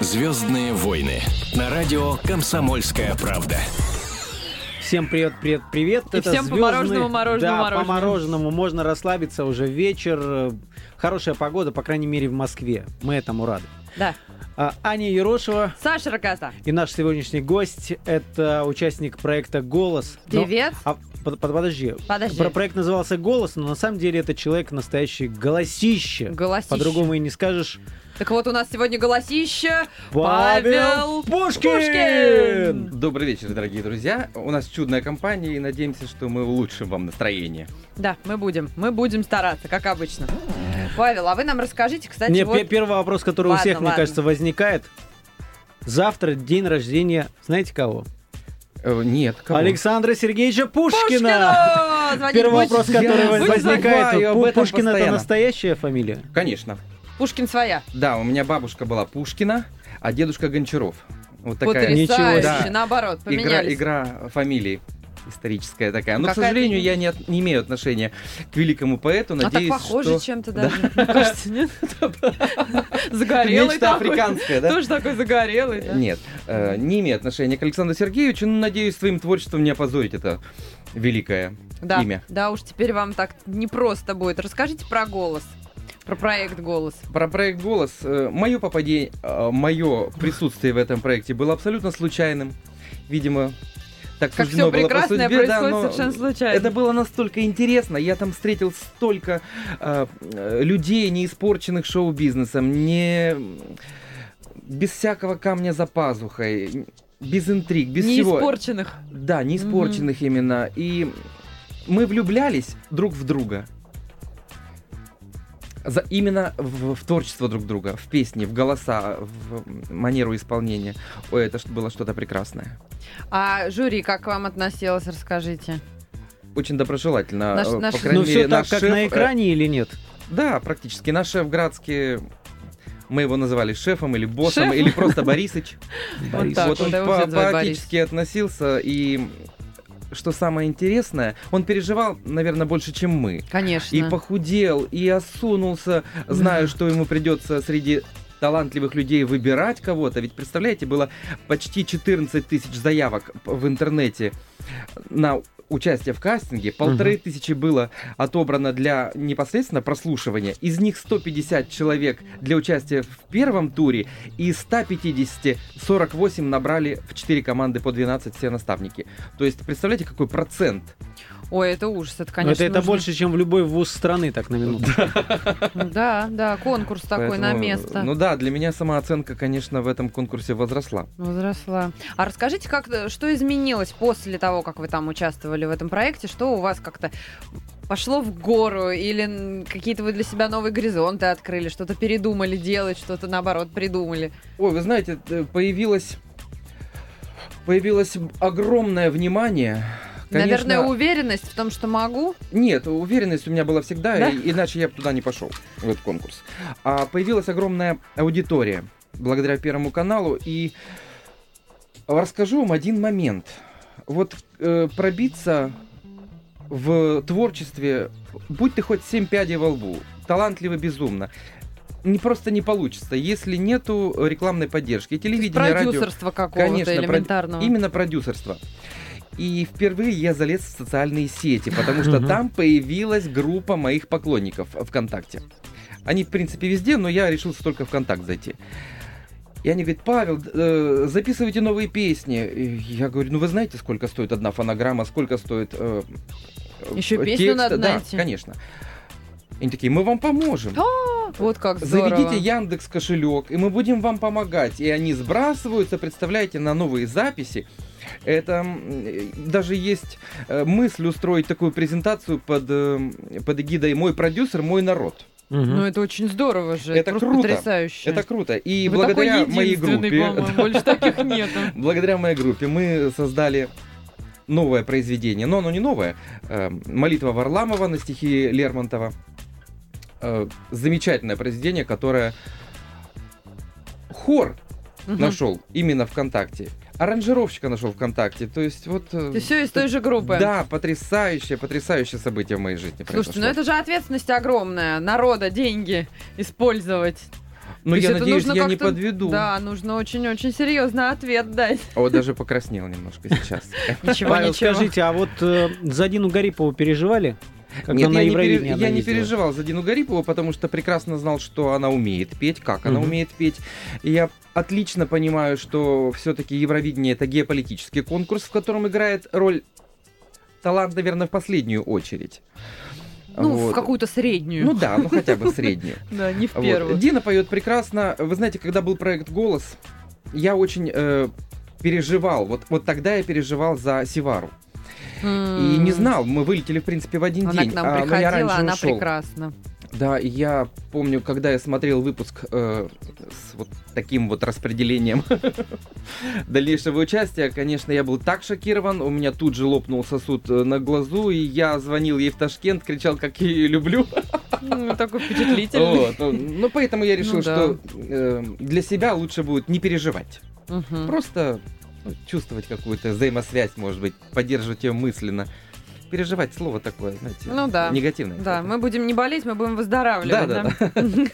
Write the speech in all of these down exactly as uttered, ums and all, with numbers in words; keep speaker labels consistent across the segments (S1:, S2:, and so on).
S1: «Звездные войны» на радио «Комсомольская правда».
S2: Всем привет, привет, привет.
S3: И
S2: Это
S3: всем
S2: звездный...
S3: по мороженому, мороженому,
S2: да,
S3: мороженому.
S2: по мороженому. Можно расслабиться, уже вечер. Хорошая погода, по крайней мере, в Москве. Мы этому рады.
S3: Да.
S2: А, Аня Ерошева.
S3: Саша Рогоза.
S2: И наш сегодняшний гость — это участник проекта «Голос».
S3: Привет.
S2: Но, а, под, под, подожди.
S3: Подожди.
S2: Про проект назывался «Голос», но на самом деле это человек настоящий голосище.
S3: Голосище.
S2: По-другому и не скажешь.
S3: Так вот, у нас сегодня голосище
S2: Павел
S3: Павел
S2: Пушкин!
S3: Пушкин!
S4: Добрый вечер, дорогие друзья. У нас чудная компания, и надеемся, что мы улучшим вам настроение.
S3: Да, мы будем. Мы будем стараться, как обычно. Павел, а вы нам расскажите, кстати,
S2: Не,
S3: вот...
S2: первый вопрос, который
S3: Ладно,
S2: у всех,
S3: ладно.
S2: мне кажется, возникает. Завтра день рождения, знаете кого?
S4: Э, нет, кого?
S2: Александра Сергеевича Пушкина!
S3: Пушкина! Звонить
S2: Первый
S3: будете?
S2: вопрос, который
S4: Я
S2: возникает.
S4: забываю об
S2: Пу-
S4: этом
S2: Пушкин — это
S4: постоянно.
S2: настоящая фамилия?
S4: Конечно.
S3: Пушкин своя.
S4: Да, у меня бабушка была Пушкина, а дедушка Гончаров. Вот такая
S3: Потрясающе.
S4: Да.
S3: Наоборот,
S4: игра,
S3: поменялись.
S4: игра фамилий. Историческая такая. Но, к
S3: Какая-то
S4: сожалению,
S3: не-
S4: я не, от- не имею отношения к великому поэту.
S3: А
S4: Надеюсь,
S3: так похоже
S4: что...
S3: чем-то даже. Мне кажется, нет? Загорелый
S4: Нечто
S3: такой.
S4: африканское, да?
S3: Тоже такой загорелый, да?
S4: Нет, э, не имею отношения к Александру Сергеевичу, но надеюсь, своим творчеством не опозорить это великое
S3: Да,
S4: имя.
S3: да, уж теперь вам так непросто будет. Расскажите про «Голос», про проект «Голос».
S4: Про проект «Голос». Мое попадение, мое присутствие в этом проекте было абсолютно случайным. Видимо, так
S3: Как
S4: суждено
S3: все
S4: было по
S3: прекрасное
S4: судьбе, да,
S3: происходит
S4: но
S3: совершенно случайно.
S4: это было настолько интересно. Я там встретил столько э, э, людей, не испорченных шоу-бизнесом, не без всякого камня за пазухой, без интриг, без
S3: Не
S4: всего.
S3: испорченных.
S4: Да, не испорченных именно. И мы влюблялись друг в друга. За, именно в, в творчество друг друга, в песни, в голоса, в манеру исполнения. Ой, это что- было что-то прекрасное.
S3: А жюри как к вам относилось, расскажите.
S4: Очень доброжелательно.
S3: Наш-
S4: Э,
S3: наш-
S4: По крайней
S2: Ну,
S4: мере,
S2: все так,
S4: наш
S2: как
S4: шеф,
S2: на
S4: э,
S2: экране или нет?
S4: Да, практически. Наш шеф Градский, мы его называли шефом или боссом,
S3: Шеф?
S4: или просто Борисыч.
S2: Борис.
S3: так
S4: Вот
S3: вот,
S4: он
S3: его
S4: по-
S3: все называют
S4: поотечески относился, и что самое интересное, он переживал, наверное, больше, чем мы.
S3: Конечно.
S4: И похудел, и осунулся, зная, что ему придется среди талантливых людей выбирать кого-то. Ведь, представляете, было почти четырнадцать тысяч заявок в интернете на участие в кастинге. Полторы
S2: Мгм.
S4: тысячи было отобрано для непосредственно прослушивания. Из них сто пятьдесят человек для участия в первом туре. И из ста пятидесяти сорок восемь набрали в четыре команды по двенадцать все наставники. То есть, представляете, какой процент?
S3: Ой, это ужас, это,
S2: Но
S3: конечно,
S2: это, это
S3: нужно-
S2: больше, чем в любой вуз страны, так на минуту.
S3: Да, да, конкурс такой на
S4: Поэтому,
S3: место.
S4: Ну да, для меня самооценка, конечно, в этом конкурсе возросла.
S3: Возросла. А расскажите, как, что изменилось после того, как вы там участвовали в этом проекте? Что у вас как-то пошло в гору? Или м, какие-то вы для себя новые горизонты открыли? Что-то передумали делать, что-то, наоборот, придумали?
S4: Ой, вы знаете, э, появилось, появилось огромное внимание. Конечно,
S3: Наверное, уверенность в том, что могу?
S4: Нет, уверенность у меня была всегда,
S3: Да?
S4: и- иначе я бы туда не пошел, в этот конкурс. А появилась огромная аудитория благодаря Первому каналу, и расскажу вам один момент. Вот э, пробиться в творчестве, будь ты хоть семь пядей во лбу, талантливый безумно, не просто не получится, если нету рекламной поддержки. И телевидение, радио...
S3: Продюсерство какого-то
S4: Конечно, прод-
S3: элементарного.
S4: именно продюсерство. И впервые я залез в социальные сети, потому что
S2: Мгм.
S4: там появилась группа моих поклонников ВКонтакте. Они, в принципе, везде, но я решился только в ВКонтакт зайти. И они говорят: Павел, э, записывайте новые песни. И я говорю: ну вы знаете, сколько стоит одна фонограмма, сколько стоит э,
S3: Еще
S4: э,
S3: песню
S4: текст?
S3: надо
S4: Да,
S3: найти.
S4: конечно. Они такие: мы вам поможем.
S3: Вот как здорово.
S4: Заведите Яндекс кошелек, и мы будем вам помогать. И они сбрасываются, представляете, на новые записи. Это м, даже есть э, мысль устроить такую презентацию под, э, под эгидой «Мой продюсер, мой народ».
S2: Мгм.
S3: Ну, это очень здорово же.
S4: Это
S3: просто
S4: круто.
S3: потрясающе.
S4: Это круто. И
S3: Вы
S4: благодаря
S3: такой
S4: моей
S3: единственный,
S4: группе,
S3: по-моему, больше таких нету.
S4: благодаря моей группе мы создали новое произведение. Но оно не новое. Э, «Молитва Варламова» на стихи Лермонтова. Э, замечательное произведение, которое хор
S3: Мгм.
S4: нашел именно ВКонтакте. Аранжировщика нашел ВКонтакте. То есть вот... э,
S3: Ты все из той же группы.
S4: Да, потрясающее, потрясающее событие в моей жизни
S3: Слушайте, ну
S4: произошло.
S3: это же ответственность огромная. Народа, деньги использовать.
S4: Но
S3: То есть
S4: я
S3: это
S4: надеюсь,
S3: нужно
S4: я не
S3: как-то-
S4: подведу.
S3: Да, нужно очень-очень серьезный ответ дать.
S4: О, даже покраснел немножко сейчас.
S3: Ничего,
S2: Павел,
S3: ничего.
S2: скажите, а вот э, за Дину Гарипову переживали? Когда
S4: Нет,
S2: на
S4: я, не,
S2: Евровидении
S4: пере-
S2: она
S4: я не
S2: ездила?
S4: переживал за Дину Гарипову, потому что прекрасно знал, что она умеет петь, как она
S2: Мгм.
S4: умеет петь. И я отлично понимаю, что все-таки Евровидение — это геополитический конкурс, в котором играет роль талант, наверное, в последнюю очередь.
S3: Ну,
S4: Вот.
S3: в какую-то среднюю.
S4: Ну да, ну хотя бы в среднюю.
S3: Да, не в
S4: Вот.
S3: первую.
S4: Дина поет прекрасно. Вы знаете, когда был проект «Голос», я очень э, переживал. Вот, вот тогда я переживал за Севару. И не знал, мы вылетели, в принципе, в один
S3: Она
S4: день.
S3: к нам
S4: а, но я
S3: приходила,
S4: раньше
S3: она
S4: ушел.
S3: прекрасна.
S4: Да, и я помню, когда я смотрел выпуск э, с вот таким вот распределением дальнейшего участия, конечно, я был так шокирован, у меня тут же лопнул сосуд э, на глазу, и я звонил ей в Ташкент, кричал, как я ее люблю.
S3: Ну, такой впечатлительный.
S4: Вот, ну, ну, поэтому я решил,
S3: Ну да.
S4: что э, для себя лучше будет не переживать.
S3: Мгм.
S4: Просто ну, чувствовать какую-то взаимосвязь, может быть, поддерживать ее мысленно. Переживать слово такое, знаете,
S3: Ну да.
S4: негативное.
S3: Да,
S4: какое-то.
S3: мы будем не болеть, мы будем выздоравливать.
S4: Да, да,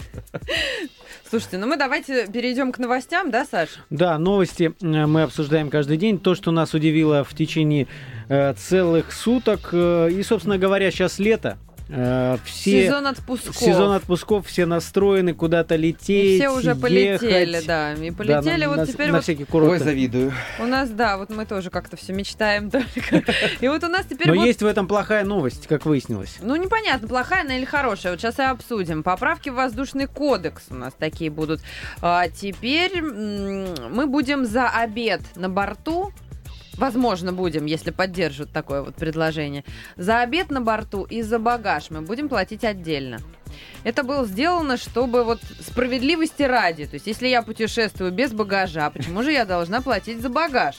S3: Слушайте, ну мы давайте перейдем к новостям, да, Саш?
S2: Да, новости э, мы обсуждаем каждый день. То, что нас удивило в течение э, целых суток. Э, и, собственно говоря, сейчас лето. Э, все...
S3: Сезон отпусков.
S2: Сезон отпусков, все настроены куда-то
S3: И
S2: лететь,
S3: все уже полетели,
S2: ехать.
S3: да. И
S2: Да,
S3: полетели,
S2: на,
S3: вот
S2: на-
S3: теперь
S2: на
S3: вот
S2: всякие
S4: Ой,
S2: курорты.
S4: завидую.
S3: у нас, да, вот мы тоже как-то все мечтаем только. И вот у нас теперь
S2: Но
S3: вот...
S2: есть в этом плохая новость, как выяснилось.
S3: Ну, непонятно, плохая она или хорошая. Вот сейчас и обсудим. Поправки в воздушный кодекс у нас такие будут. А теперь м, мы будем за обед на борту. Возможно, будем, если поддержат такое вот предложение. За обед на борту и за багаж мы будем платить отдельно. Это было сделано, чтобы вот справедливости ради. То есть, если я путешествую без багажа, почему же я должна платить за багаж?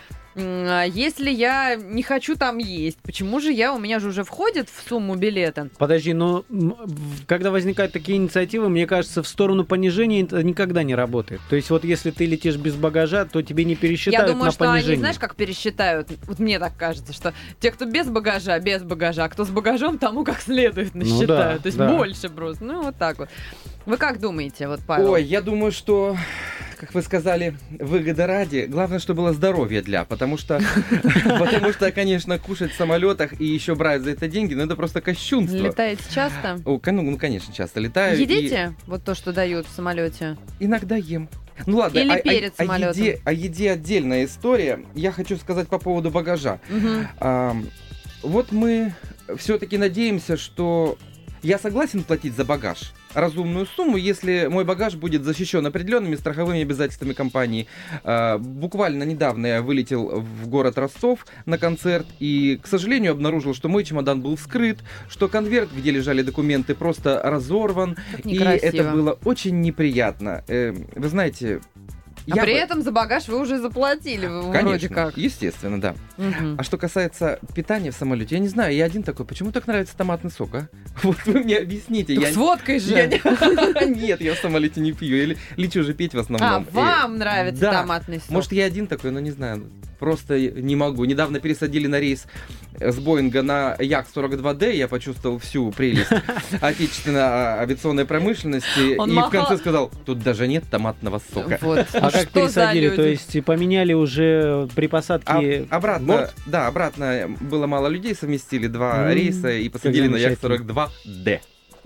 S3: М, а Если я не хочу там есть, почему же я, у меня же уже входит в сумму билета?
S2: Подожди, но м, в- когда возникают такие инициативы, мне кажется, в сторону понижения это никогда не работает. То есть вот если ты летишь без багажа, то тебе не пересчитают
S3: Я думаю,
S2: на
S3: что
S2: понижение.
S3: они, знаешь, как пересчитают? Вот мне так кажется, что те, кто без багажа, без багажа, а кто с багажом, тому как следует насчитают.
S2: да,
S3: То есть
S2: да.
S3: больше просто. Ну, вот так вот. Вы как думаете, вот, Павел?
S4: Ой, я думаю, что, как вы сказали, выгода ради. Главное, что было здоровье для, потому что, потому что, конечно, кушать в самолетах и еще брать за это деньги, ну это просто кощунство.
S3: Летаете часто?
S4: О, кон- ну, конечно, часто летаю. и
S3: Едите вот то, что дают в самолете?
S4: Иногда ем. Ну ладно,
S3: Или
S4: о- о-
S3: перед
S4: о,
S3: самолетом?
S4: еде, о еде отдельная история. Я хочу сказать по поводу багажа.
S3: Мгм.
S4: Ам, вот мы все-таки надеемся, что я согласен платить за багаж разумную сумму, если мой багаж будет защищен определенными страховыми обязательствами компании. А, буквально недавно я вылетел в город Ростов на концерт и, к сожалению, обнаружил, что мой чемодан был вскрыт, что конверт, где лежали документы, просто разорван.
S3: Как
S4: И
S3: некрасиво.
S4: это было очень неприятно. Э, вы знаете...
S3: А
S4: я
S3: при
S4: бы-
S3: этом за багаж вы уже заплатили, вы вроде
S4: Конечно,
S3: как.
S4: естественно, да.
S3: Мгм.
S4: А что касается питания в самолете, я не знаю, я один такой, почему так нравится томатный сок, а? Вот вы мне объясните.
S3: Так
S4: я...
S3: с водкой же.
S4: я не- Нет, я в самолете не пью, я ле- лечу же петь в
S3: А,
S4: основном.
S3: вам
S4: И-
S3: нравится
S4: да.
S3: томатный сок?
S4: Может, я один такой, но не знаю. Просто не могу. Недавно пересадили на рейс с Боинга на Як сорок два дэ, я почувствовал всю прелесть отечественной а, авиационной промышленности.
S3: Он
S4: И
S3: махал-
S4: в конце сказал, тут даже нет томатного сока.
S3: Вот.
S2: А как
S3: Что за
S2: пересадили?
S3: люди?
S2: То есть поменяли уже при посадке
S4: А- обратно,
S2: борт?
S4: да, обратно было мало людей, совместили два
S2: М,
S4: рейса и посадили на Як
S2: замечательно.
S4: сорок два дэ.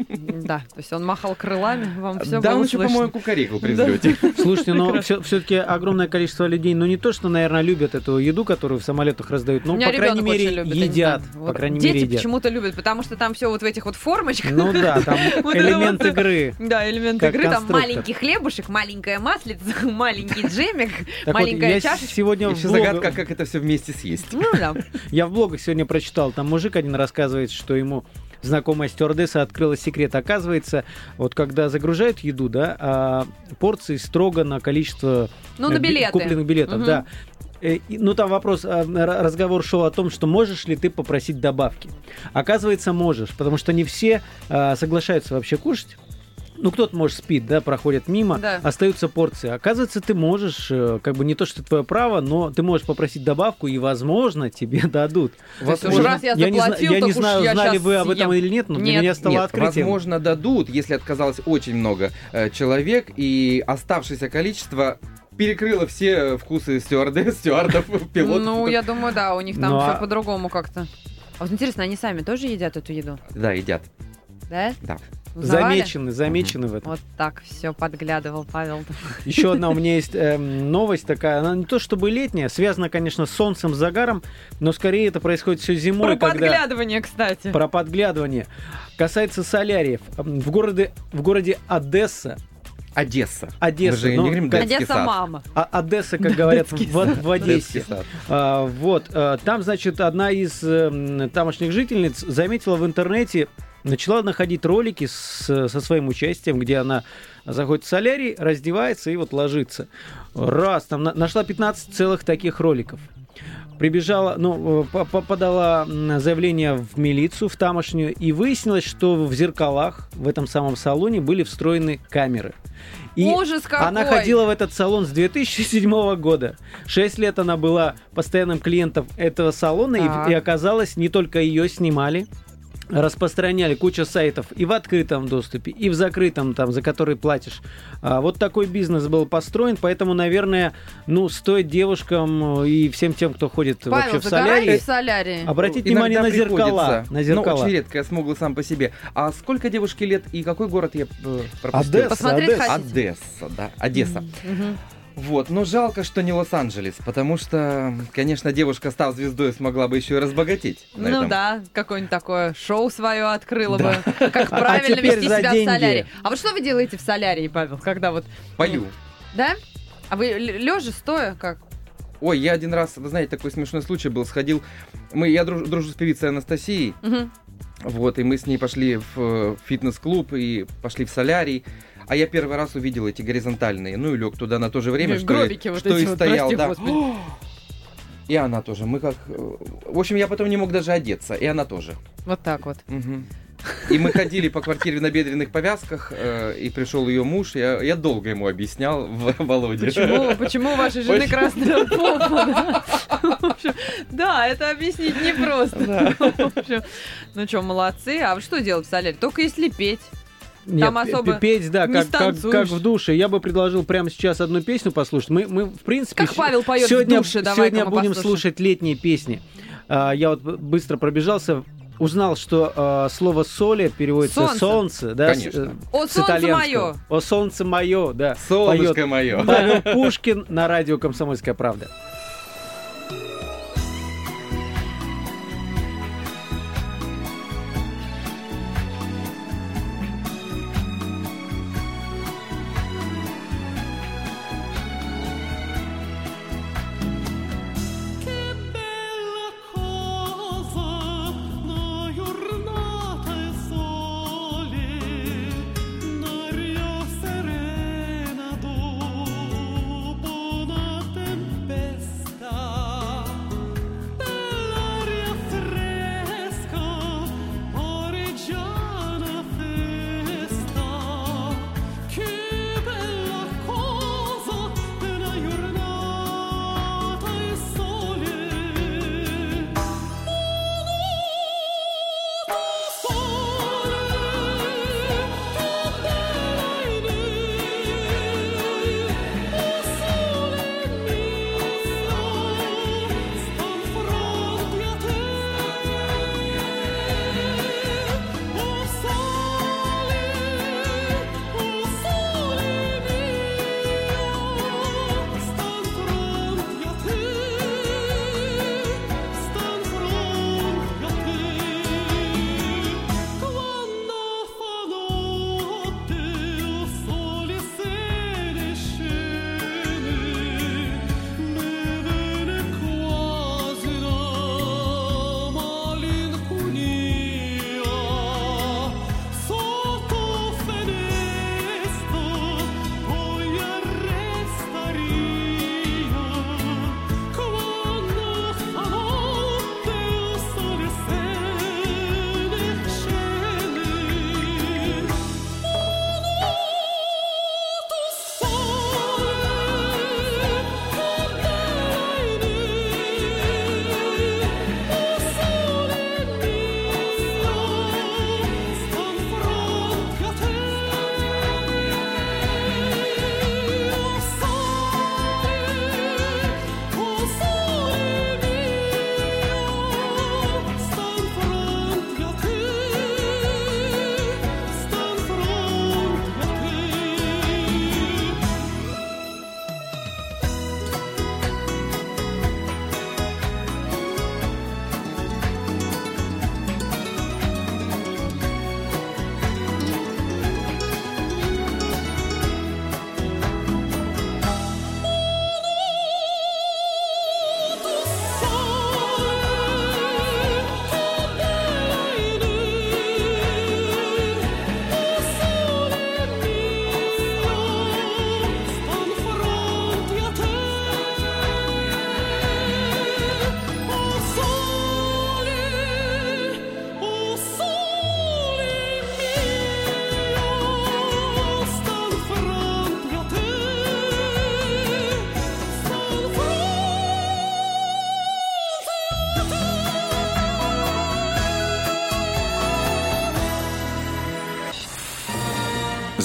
S3: Да, то есть он махал крылами, вам все
S4: Да,
S3: было
S4: он еще,
S3: слышно.
S4: по-моему, кукарекал при взлете.
S2: Слушайте, но все-таки огромное количество людей, ну не то, что, наверное, любят эту еду, которую в самолетах раздают,
S3: У
S2: но,
S3: меня
S2: по крайней
S3: ребенок очень
S2: мере,
S3: любит, я не
S2: едят.
S3: знаю.
S2: По
S3: Вот
S2: крайней
S3: дети
S2: мере, едят.
S3: почему-то любят, потому что там все вот в этих вот формочках.
S2: Ну да, там
S3: Вот это
S2: элемент
S3: вот-
S2: игры.
S3: Да, элемент
S2: Как
S3: игры, там
S2: конструктор.
S3: маленький хлебушек, маленькая маслица, маленький джемик,
S2: Так вот,
S3: маленькая
S2: я
S3: чашечка.
S2: сегодня в
S4: Еще
S2: блогах-
S4: загадка, как это все вместе съесть.
S3: Ну да.
S2: Я в блогах сегодня прочитал, там мужик один рассказывает, что ему знакомая стюардесса открыла секрет. Оказывается, вот когда загружают еду, да, а, порции строго на количество
S3: Ну, на
S2: э, би-
S3: билеты.
S2: купленных билетов,
S3: Мгм.
S2: да. Э, и- Ну, там вопрос, а, р- разговор шел о том, что можешь ли ты попросить добавки. Оказывается, можешь, потому что не все а, соглашаются вообще кушать. ну, кто-то, может, спит, да, проходит мимо,
S3: Да.
S2: остаются порции. Оказывается, ты можешь, э, как бы не то, что твое право, но ты можешь попросить добавку, и, возможно, тебе дадут.
S3: То есть уж
S4: Возможно,
S3: раз я
S2: я не, зна-
S3: заплатил,
S2: я
S3: так
S2: не
S3: уж
S2: знаю,
S3: я
S2: знали
S3: щас
S2: вы об этом
S3: съем.
S2: или нет, но для
S3: Нет.
S2: меня стало
S4: Нет,
S2: открытием.
S4: возможно, дадут, если отказалось очень много э, человек, и оставшееся количество перекрыло все вкусы стюардесс, стюардов, пилотов.
S3: Ну, я думаю, да, у них там
S2: Ну,
S3: все
S2: а-
S3: по-другому как-то. А вот интересно, они сами тоже едят эту еду?
S4: Да, едят.
S3: Да?
S4: Да.
S3: Узнавали?
S2: Замечены, замечены в этом.
S3: Вот так все подглядывал Павел.
S2: Еще одна у меня есть эм, новость такая. Она не то чтобы летняя, связана, конечно, с солнцем, с загаром, но скорее это происходит все зимой,
S3: Про
S2: когда...
S3: подглядывание, кстати.
S2: Про подглядывание. Касается соляриев. М, В городе, в городе Одесса,
S4: Одесса.
S2: Одесса,
S4: Мы же
S2: ну,
S4: не говорим детский
S3: Одесса
S4: сад.
S3: мама.
S2: а- Одесса, как говорят, в, в Одессе.
S4: Детский сад.
S2: А, вот, а, там, значит, одна из эм, тамошних жительниц заметила в интернете, начала находить ролики с- со своим участием, где она заходит в солярий, раздевается и вот ложится. Раз, там на- нашла пятнадцать целых таких роликов. Прибежала, ну, по- по- подала м, заявление в милицию, в тамошнюю, и выяснилось, что в зеркалах в этом самом салоне были встроены камеры. И
S3: Ужас какой!
S2: она ходила в этот салон с две тысячи седьмого года. Шесть лет она была постоянным клиентом этого салона,
S3: Так.
S2: и, и оказалось, не только ее снимали, распространяли куча сайтов и в открытом доступе, и в закрытом, там, за который платишь. А, вот такой бизнес был построен, поэтому, наверное, ну, стоит девушкам и всем тем, кто ходит
S3: Павел,
S2: вообще в
S3: загорай
S2: солярий,
S3: в солярии.
S2: обратить
S4: Иногда
S2: внимание на зеркала.
S4: приходится.
S2: На зеркала.
S4: Ну, очень редко, я смуглый сам по себе. А сколько девушке лет и какой город я э, пропустил?
S2: Одесса,
S3: Посмотреть
S2: Одесса.
S3: хотите?
S4: Одесса, да, Одесса.
S3: Мгм.
S4: Вот, но жалко, что не Лос-Анджелес, потому что, конечно, девушка, став звездой, смогла бы еще и разбогатеть. на
S3: Ну
S4: этом.
S3: да, какое-нибудь такое шоу свое открыло
S4: Да.
S3: бы. Как
S2: А
S3: правильно
S2: теперь
S3: вести
S2: за
S3: себя
S2: деньги.
S3: в солярии. А вот что вы делаете в солярии, Павел, когда вот...
S4: Пою.
S3: Да? А вы лежа, стоя, как?
S4: Ой, я один раз, вы знаете, такой смешной случай был, сходил, мы, я дружу, дружу с певицей Анастасией,
S3: Мгм.
S4: вот, и мы с ней пошли в э, фитнес-клуб и пошли в солярий, а я первый раз увидел эти горизонтальные, ну и лег туда на то же время,
S3: Ну,
S4: что,
S3: гробики
S4: и,
S3: вот
S4: что
S3: эти
S4: и
S3: вот,
S4: стоял,
S3: прости
S4: да.
S3: господи.
S4: И она тоже, мы как, э, в общем, я потом не мог даже одеться, и она тоже.
S3: Вот так вот.
S4: Мгм. И мы ходили по квартире в набедренных повязках, э, и пришел ее муж, я, я долго ему объяснял, в- Володе.
S3: Почему, почему у вашей жены
S4: Очень-
S3: красная попа? Да? В общем, да, это объяснить непросто. В общем, ну что, молодцы. А вы что делать в солярии? Только если петь.
S2: Нет,
S3: Там
S2: пе-
S3: особо
S2: пе- петь, да,
S3: не
S2: как, как,
S3: станцуешь.
S2: как в душе. Я бы предложил прямо сейчас одну песню послушать. Мы, мы в принципе,
S3: Как Павел поет
S2: сегодня,
S3: в душе, давай-ка
S2: сегодня
S3: мы
S2: будем
S3: послушаем.
S2: слушать летние песни. А, я вот быстро пробежался, узнал, что а, слово «соли» переводится
S3: Солнце.
S2: «солнце». Да, с-
S4: Конечно.
S2: э,
S3: О,
S2: с
S3: солнце
S2: итальянского.
S3: мое.
S2: «О, солнце мое», да.
S4: Солнышко
S2: Поет
S4: мое.
S2: Павел Пушкин на радио «Комсомольская правда».
S5: Bella cosa, una giornata e sole, un'aria serena dopo una tempesta.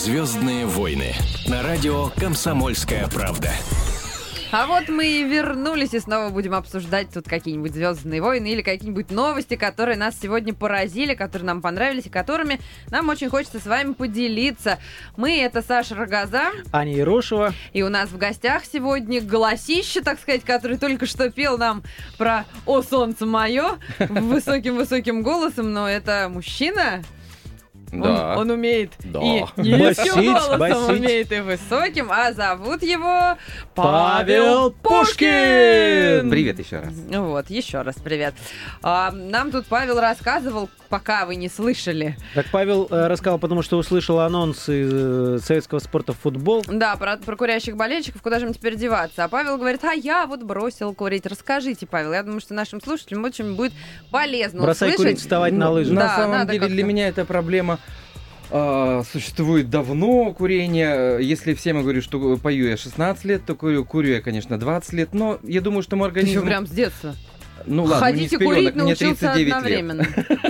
S1: «Звездные войны» на радио «Комсомольская правда».
S3: А вот мы и вернулись, и снова будем обсуждать тут какие-нибудь «Звездные войны» или какие-нибудь новости, которые нас сегодня поразили, которые нам понравились, и которыми нам очень хочется с вами поделиться. Мы — это Саша Рогоза.
S2: Аня Ерошева.
S3: И у нас в гостях сегодня голосище, так сказать, который только что пел нам про «О, солнце мое» высоким-высоким голосом, но это мужчина.
S4: Да.
S3: Он, он умеет
S4: Да.
S3: и низким
S2: Басить,
S3: голосом,
S2: басить.
S3: умеет и высоким, а зовут его
S2: Павел
S3: Пушкин!
S4: Привет еще раз.
S3: Вот, еще раз привет. А, нам тут Павел рассказывал, пока вы не слышали.
S2: Так Павел э, рассказал, потому что услышал анонс из э, советского спорта футбол.
S3: Да, про, про курящих болельщиков, куда же им теперь деваться. А Павел говорит, а я вот бросил курить. Расскажите, Павел, я думаю, что нашим слушателям очень будет полезно
S2: Бросай
S3: услышать.
S2: курить, вставать на
S4: Ну,
S2: лыжи.
S4: На
S3: Да,
S4: самом
S3: надо
S4: деле для
S3: как-то.
S4: меня эта проблема а, существует давно, курение. Если всем я говорю, что пою я шестнадцать лет, то курю, курю я, конечно, двадцать лет. Но я думаю, что мой
S3: Ты
S4: организм...
S3: что, прям с детства?
S4: Ну ладно, ну, не
S3: Ходить и
S4: с пеленок,
S3: курить
S4: мне
S3: научился
S4: тридцать девять лет.
S3: одновременно.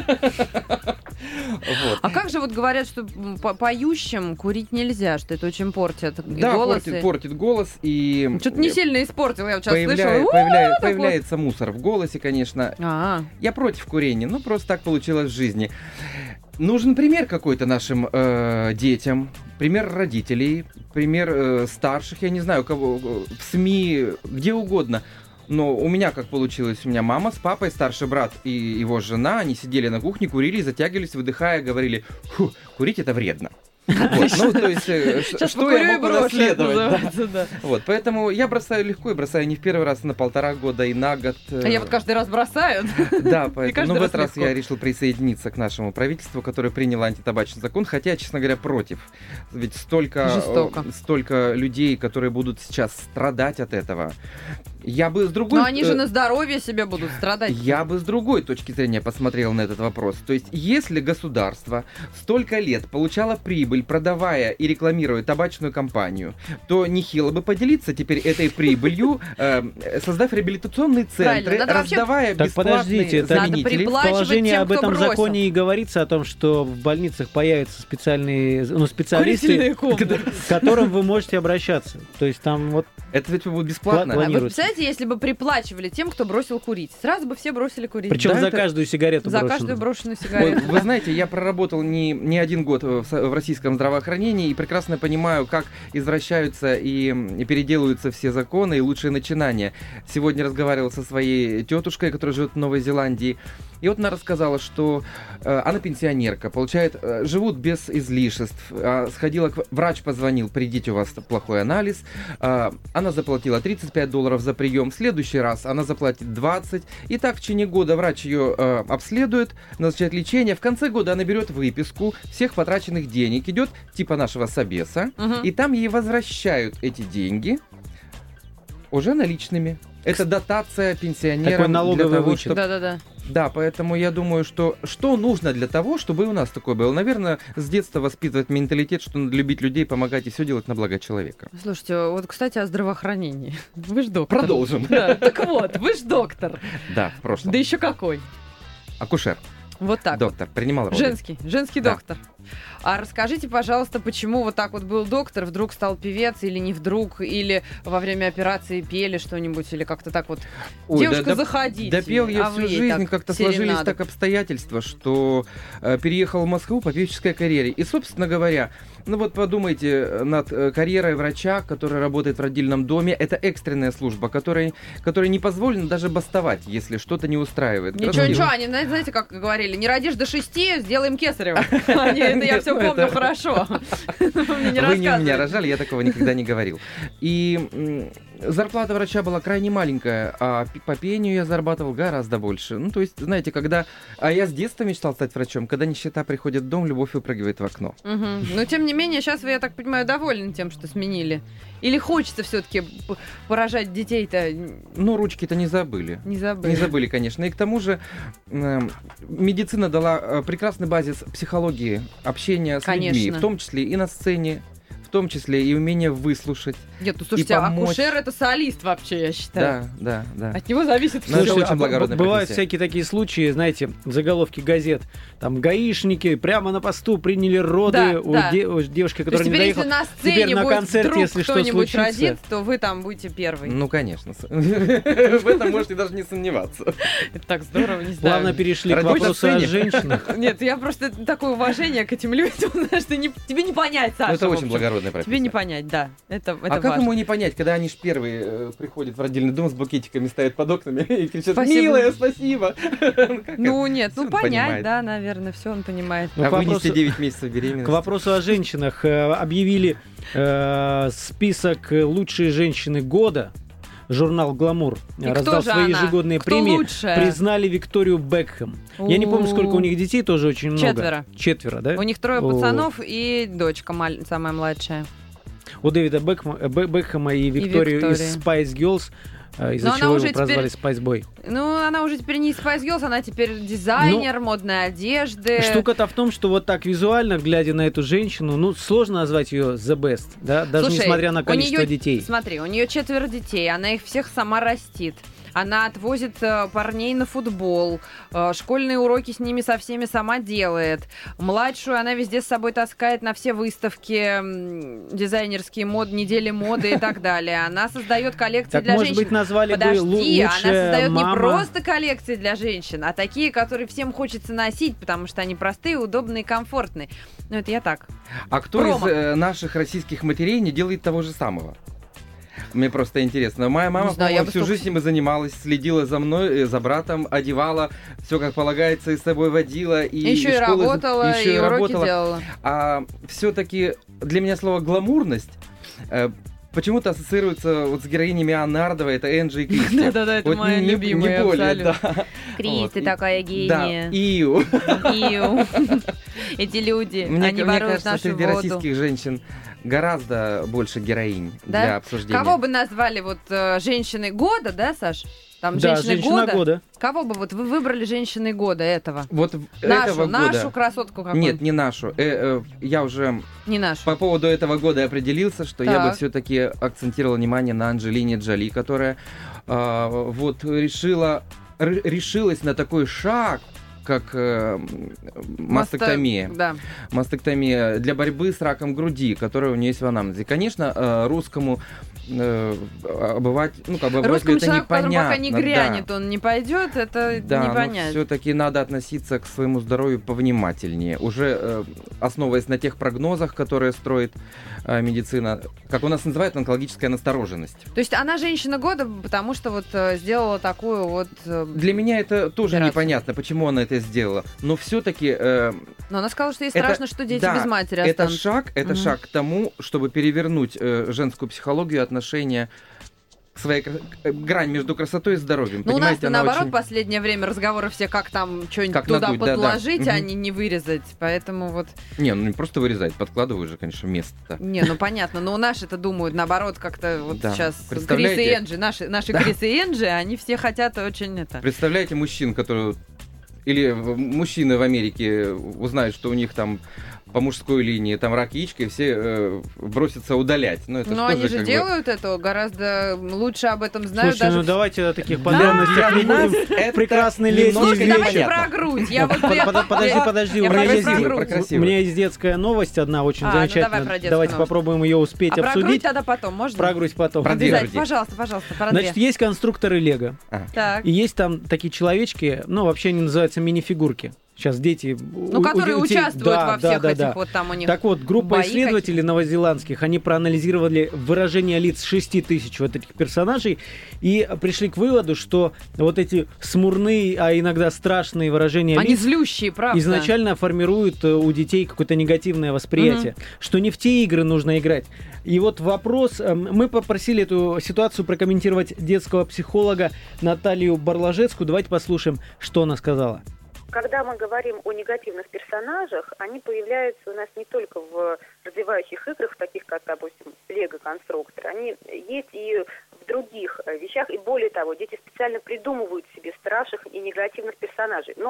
S4: Вот.
S3: А как же вот говорят, что по- поющим курить нельзя, что это очень портит и
S4: Да,
S3: голос,
S4: портит,
S3: и-
S4: портит голос и...
S3: Что-то не сильно испортил, я вот сейчас
S4: появля-
S3: слышала.
S4: появля-
S3: «У-у-у», такой.
S4: Появляется мусор в голосе, конечно.
S3: А,
S4: Я против курения, ну просто так получилось в жизни. Нужен пример какой-то нашим э, детям, пример родителей, пример э, старших, я не знаю, кого, э, в СМИ, где угодно. Но у меня как получилось, у меня мама с папой, старший брат и его жена, они сидели на кухне, курили, затягивались, выдыхая, говорили, фу, курить это вредно. Вот, ну, то есть, э, ш-
S3: сейчас
S4: что я
S3: покурю и
S4: могу
S3: брошу, это
S4: расследовать? да.
S3: называется, да.
S4: Вот, поэтому я бросаю легко и бросаю не в первый раз, на полтора года и на год.
S3: А я вот каждый раз бросаю.
S4: Да,
S3: каждый
S4: поэтому ну, в
S3: раз
S4: этот раз
S3: легко.
S4: я решил присоединиться к нашему правительству, которое приняло антитабачный закон, хотя, я, честно говоря, против. Ведь столько,
S3: Жестоко.
S4: э, столько людей, которые будут сейчас страдать от этого. Я бы с другой...
S3: Но они же
S4: э,
S3: на здоровье себе будут страдать.
S4: Я бы с другой точки зрения посмотрел на этот вопрос. То есть, если государство столько лет получало прибыль, продавая и рекламируя табачную компанию, то нехило бы поделиться теперь этой прибылью, э, создав реабилитационные центры,
S3: Правильно, надо вообще-
S4: раздавая
S2: Так,
S4: бесплатные
S2: подождите, это-
S3: Надо
S4: заменители.
S3: прибла-
S2: В
S3: Оплачивать
S2: положении
S3: тем,
S2: об
S3: кто
S2: этом
S3: бросил.
S2: законе и говорится о том, что в больницах появятся специальные ну, специалисты,
S3: Курительные комнаты.
S2: к которым вы можете обращаться. То есть там вот
S4: Это ведь будет бесплатно.
S2: Пла-
S3: А вы
S2: планируется.
S3: представляете, если бы приплачивали тем, кто бросил курить? Сразу бы все бросили курить.
S2: причем
S4: Да,
S2: за
S4: это-
S2: каждую сигарету
S3: За
S2: брошено.
S3: каждую брошенную
S4: Ой,
S3: сигарету.
S4: вы знаете, я проработал не, не один год в, со- в российском здравоохранении и прекрасно понимаю, как извращаются и, и переделываются все законы и лучшие начинания. Сегодня разговаривал со своей тетушкой, которая живет в Новой Зеландии. И вот она рассказала, что э, она пенсионерка, получает, э, живут без излишеств. А, сходила, к, врач позвонил, придите, у вас плохой анализ. А, она заплатила тридцать пять долларов за прием. В следующий раз она заплатит двадцать. И так в течение года врач ее э, обследует, назначает лечение. В конце года она берет выписку всех потраченных денег, идет типа нашего собеса,
S3: Мгм.
S4: и там ей возвращают эти деньги уже наличными. Это дотация пенсионерам.
S2: Такой налоговый
S4: для того,
S2: вычет.
S4: чтоб-
S3: Да-да-да.
S4: Да, поэтому я думаю, что что нужно для того, чтобы и у нас такое было? Наверное, с детства воспитывать менталитет, что надо любить людей, помогать и все делать на благо человека.
S3: Слушайте, вот, кстати, о здравоохранении. Вы ж доктор.
S4: Продолжим.
S3: Да, так вот, вы ж доктор.
S4: Да, в прошлом.
S3: Да еще какой.
S4: Акушер,
S3: Вот так. вот.
S4: доктор, принимал роды.
S3: Женский, женский
S4: Да.
S3: доктор. А расскажите, пожалуйста, почему вот так вот был доктор, вдруг стал певец, или не вдруг, или во время операции пели что-нибудь, или как-то так вот.
S4: Ой,
S3: Девушка,
S4: да- да-
S3: заходите.
S4: Допел я
S3: а
S4: всю
S3: вы ей
S4: жизнь,
S3: так
S4: как-то сложились
S3: серенаду.
S4: так обстоятельства, что э, переехал в Москву по певческой карьере. И, собственно говоря, ну вот подумайте над э, карьерой врача, который работает в родильном доме. Это экстренная служба, которой, которой не позволено даже бастовать, если что-то не устраивает.
S3: Ничего,
S4: Простите.
S3: ничего, они, знаете, знаете, как говорили, не родишь до шести, сделаем кесарево. Они, это я все
S4: Ну,
S3: помню
S4: это-
S3: хорошо. Мне не
S4: Вы не у меня
S3: рассказывайте.
S4: рожали, я такого никогда не говорил. И м, зарплата врача была крайне маленькая, а пи- по пению я зарабатывал гораздо больше. Ну, то есть, знаете, когда... А я с детства мечтал стать врачом. Когда нищета приходит в дом, любовь выпрыгивает в окно.
S3: Мгм. Но тем не менее, сейчас вы, я так понимаю, довольны тем, что сменили. Или хочется все-таки поражать детей-то
S4: Но ручки-то не забыли.
S3: не забыли.
S4: Не забыли, конечно. И к тому же эм, медицина дала э, прекрасный базис психологии, общения с людьми,
S3: Конечно.
S4: в том числе и на сцене, в том числе и умение выслушать.
S3: Нет, ну слушайте,
S4: помочь.
S3: акушер это солист вообще, я считаю.
S4: Да, да, да.
S3: От него зависит
S4: Ну, это
S3: все.
S4: очень
S2: а б-
S4: благородная
S2: бывают
S4: профессия.
S2: всякие такие случаи, знаете, заголовки газет. Там гаишники прямо на посту приняли роды
S3: Да,
S2: у,
S3: да.
S2: де- у девушки,
S3: То есть
S2: которая не
S3: теперь,
S2: доехала.
S3: если на сцене
S2: Теперь на
S3: будет
S2: концерте,
S3: вдруг
S2: если что
S3: кто-нибудь
S2: случится.
S3: родит, то вы там будете первый.
S4: Ну, конечно. В этом можете даже не сомневаться.
S3: Это так здорово, не знаю.
S2: Плавно перешли к
S4: Родить на
S2: вопросу о
S4: сцене.
S2: женщинах.
S3: Нет, я просто такое уважение к этим людям, знаешь, ты не- тебе не понять, Саша.
S4: Ну, это
S3: в
S4: очень
S3: общем.
S4: благородная профессия.
S3: Тебе не понять, да. Это, это
S4: А как
S3: важно.
S4: ему не понять, когда они ж первые э, приходят в родильный дом с букетиками, стоят под окнами и кричат:
S3: Спасибо.
S4: «Милая, спасибо!» Как
S3: Ну
S4: это?
S3: нет,
S4: Всё
S3: ну
S4: он
S3: понять,
S4: понимает.
S3: да, наверное, все он понимает.
S2: Ну,
S4: А
S2: к
S4: вынести
S2: вопросу-
S4: девять месяцев беременности.
S2: К вопросу о женщинах. Э, Объявили э, список лучшие женщины года. Журнал «Гламур»
S3: И кто
S2: раздал
S3: же
S2: свои
S3: она?
S2: ежегодные
S3: Кто
S2: премии.
S3: лучшая?
S2: Признали Викторию Бекхэм. Я не помню, сколько у них детей, тоже очень много.
S3: Четверо.
S2: Четверо, да?
S3: У них трое
S2: О.
S3: пацанов и дочка маль- самая младшая.
S2: У Дэвида Бекхэма, э, Бе- Бекхэма и Викторию из
S3: Виктории.
S2: Spice Girls, э, из-за
S3: Но она
S2: чего
S3: уже
S2: его прозвали
S3: теперь-
S2: Spice Boy.
S3: Ну, она уже теперь не Spice Girls, она теперь дизайнер модной одежды.
S2: Штука-то в том, что вот так визуально, глядя на эту женщину, ну, сложно назвать ее the best, да, даже
S3: Слушай,
S2: несмотря на
S3: у
S2: количество
S3: неё-
S2: детей.
S3: Смотри, у нее четверо детей, она их всех сама растит. Она отвозит э, парней на футбол, э, школьные уроки с ними со всеми сама делает. Младшую она везде с собой таскает на все выставки м, дизайнерские, мод, недели моды и так далее. Она создает коллекции
S2: Так,
S3: для
S2: может
S3: женщин.
S2: быть, назвали
S3: Подожди,
S2: бы лу-
S3: она
S2: лучшая
S3: создает не
S2: мама.
S3: просто коллекции для женщин, а такие, которые всем хочется носить, потому что они простые, удобные, комфортные. Ну, это я так.
S4: А кто
S3: Промо.
S4: из э, наших российских матерей не делает того же самого? Мне просто интересно. Моя мама,
S3: Не знаю,
S4: по-моему,
S3: я бы
S4: всю
S3: столько-
S4: жизнь им занималась, следила за мной, э, за братом, одевала, все как полагается, и с собой водила. И
S3: Еще и,
S4: из школы-
S3: работала,
S4: еще
S3: и, уроки
S4: работала.
S3: делала.
S4: А все-таки для меня слово гламурность э, почему-то ассоциируется вот с героинями Анны Ардовой, это Энджи и Кристи.
S3: Да-да-да, это
S4: Вот
S3: моя
S4: не- не-
S3: любимая
S4: не более,
S3: абсолютно.
S4: да.
S3: Крис,
S4: Вот,
S3: ты
S4: и-
S3: такая
S4: Да,
S3: гения.
S4: Иу.
S3: Иу. Эти люди,
S4: Мне,
S3: они
S4: мне
S3: воруют
S4: кажется,
S3: нашу
S4: среди
S3: воду.
S4: российских женщин гораздо больше героинь
S3: Да?
S4: для обсуждения.
S3: Кого бы назвали вот э, женщиной года, да, Саш? Там
S2: Да,
S3: женщины
S2: женщина
S3: года.
S2: года.
S3: Кого бы вот вы выбрали женщиной года этого?
S4: Вот в-
S3: Нашу,
S4: этого
S3: нашу
S4: года...
S3: красотку какую?
S4: Нет, не нашу. Э, э, я уже
S3: не нашу.
S4: по поводу этого года определился, что я бы
S3: Так.
S4: все-таки акцентировал внимание на Анджелине Джоли, которая а, вот решила, р- решилась на такой шаг, как э, мастектомия.
S3: Масто- Да.
S4: Мастектомия для борьбы с раком груди, которая у нее есть в анамнезе. Конечно, э, русскому э, обыватель, ну, как бы обывателю
S3: Русскому
S4: это
S3: человеку, который
S4: непонятно.
S3: пока не
S4: да.
S3: грянет, он не пойдет, это
S4: Да,
S3: не
S4: но
S3: понять.
S4: все-таки надо относиться к своему здоровью повнимательнее. Уже э, основываясь на тех прогнозах, которые строит э, медицина, как у нас называют, онкологическая настороженность.
S3: То есть она женщина года, потому что вот э, сделала такую вот... э,
S4: Для меня это тоже
S3: Операция.
S4: непонятно, почему она это сделала. Но все-таки э,
S3: Но она сказала, что ей
S4: Это-
S3: страшно, что дети
S4: да,
S3: без матери
S4: это
S3: останутся.
S4: шаг, это
S3: Мгм.
S4: шаг к тому, чтобы перевернуть э, женскую психологию, отношение к своей кра- э, грань между красотой и здоровьем.
S3: Ну, у нас
S4: Понимаете, она
S3: наоборот,
S4: очень-
S3: последнее время разговоры все, как там что-нибудь
S4: Как
S3: туда
S4: надуть, да-да.
S3: подложить, а
S4: Мгм.
S3: не, не вырезать. Поэтому вот...
S4: Не, ну не просто вырезать, подкладываю же, конечно, место-то.
S3: Не, ну понятно, но наши-то думают, наоборот, как-то вот
S4: Да.
S3: сейчас Крис
S4: Представляете?
S3: и Энджи, наши, наши
S4: Да.
S3: Крис и Энджи, они все хотят очень это...
S4: Представляете мужчин, которые... Или в- мужчины в Америке узнают, что у них там по мужской линии там рак яичка, и все э, бросятся удалять. Ну, это
S3: Но
S4: ж
S3: они
S4: тоже
S3: же
S4: как бы-
S3: делают это гораздо лучше об этом знают.
S2: Слушайте,
S3: даже
S2: ну
S3: в-
S2: давайте о таких подробностях
S4: Для
S2: не
S4: нас
S2: будем.
S4: это
S2: Прекрасный летний
S4: немножко
S3: Слушайте,
S2: вечер.
S3: давайте
S4: непонятно.
S3: про грудь. Я вот,
S2: Под-
S3: я-
S2: под- Подожди,
S3: я-
S2: подожди,
S3: я
S2: у меня
S3: про
S2: есть
S3: грудь.
S4: про
S2: у
S4: красивую.
S2: меня есть детская новость одна очень
S3: А, ну давай
S2: замечательная.
S3: про детскую
S2: Давайте
S3: новость.
S2: попробуем ее успеть
S3: А про грудь
S2: обсудить.
S3: тогда потом, можно?
S2: Про грудь потом.
S4: Про две
S3: Обязательно.
S4: груди.
S3: Пожалуйста, пожалуйста, про
S2: Значит,
S3: две.
S2: есть конструкторы Лего.
S3: Так.
S2: И есть там такие человечки, ну, вообще они называются мини-фигурки. Сейчас дети...
S3: Ну, которые участвуют во всех этих вот там у них.
S2: Так вот, группа
S3: бои
S2: исследователей новозеландских, они проанализировали выражение лиц шести тысяч вот этих персонажей и пришли к выводу, что вот эти смурные, а иногда страшные выражения
S3: Они
S2: лиц
S3: злющие, правда.
S2: изначально формируют э, у детей какое-то негативное восприятие, что не в те игры нужно играть. И вот вопрос, э, мы попросили эту ситуацию прокомментировать детского психолога Наталью Барложецкую. Давайте послушаем, что она сказала.
S6: Когда мы говорим о негативных персонажах, они появляются у нас не только в развивающих играх, таких как, допустим, Лего-конструктор. Они есть и в других э, вещах. И более того, дети специально придумывают себе страшных и негативных персонажей. Но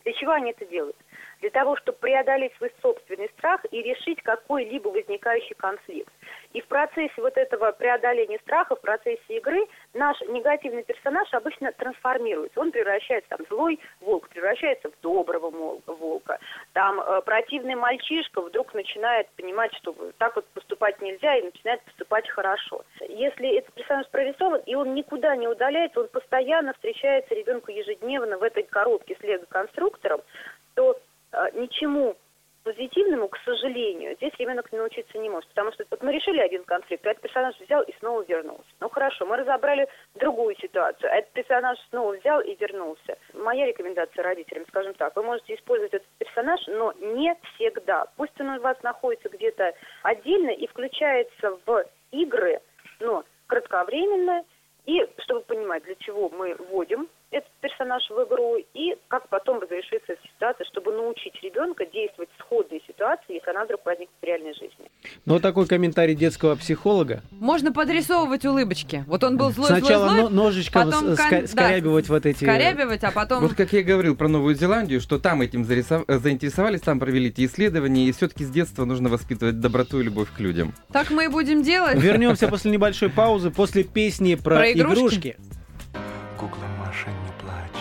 S6: Для чего они это делают? Для того, чтобы преодолеть свой собственный страх и решить какой-либо возникающий конфликт. И в процессе вот этого преодоления страха, в процессе игры, наш негативный персонаж обычно трансформируется. Он превращается, там, злой волк превращается в доброго волка. Там э, противный мальчишка вдруг начинает понимать, что так вот поступать нельзя, и начинает поступать хорошо. Если этот персонаж прорисован, и он никуда не удаляется, он постоянно встречается ребенку ежедневно в этой коробке с лего-конструктором, то э, ничему позитивному, к сожалению, здесь ребенок научиться не может. Потому что вот мы решили один конфликт, а этот персонаж взял и снова вернулся. Ну хорошо, мы разобрали другую ситуацию, а этот персонаж снова взял и вернулся. Моя рекомендация родителям, скажем так, вы можете использовать этот персонаж, но не всегда. Пусть он у вас находится где-то отдельно и включается в игры, но кратковременно, и чтобы понимать, для чего мы вводим этот персонаж в игру и как потом разрешится ситуация, чтобы научить ребенка действовать в сходной ситуации, если она вдруг возникнет в реальной жизни.
S2: Ну, вот такой комментарий детского психолога.
S3: Можно подрисовывать улыбочки. Вот он был злой,
S2: Сначала
S3: злой, злой.
S2: ножичком
S3: потом
S2: ска-
S3: кон...
S2: скорябивать
S3: да,
S2: вот эти...
S3: Скорябивать, а потом...
S4: Вот как я говорил про Новую Зеландию, что там этим зарисов... заинтересовались, там провели эти исследования, и все-таки с детства нужно воспитывать доброту и любовь к людям.
S3: Так мы и будем делать.
S2: Вернемся после небольшой паузы, после песни про,
S3: Про игрушки.
S2: игрушки.
S7: Кукла Маша, не плачь.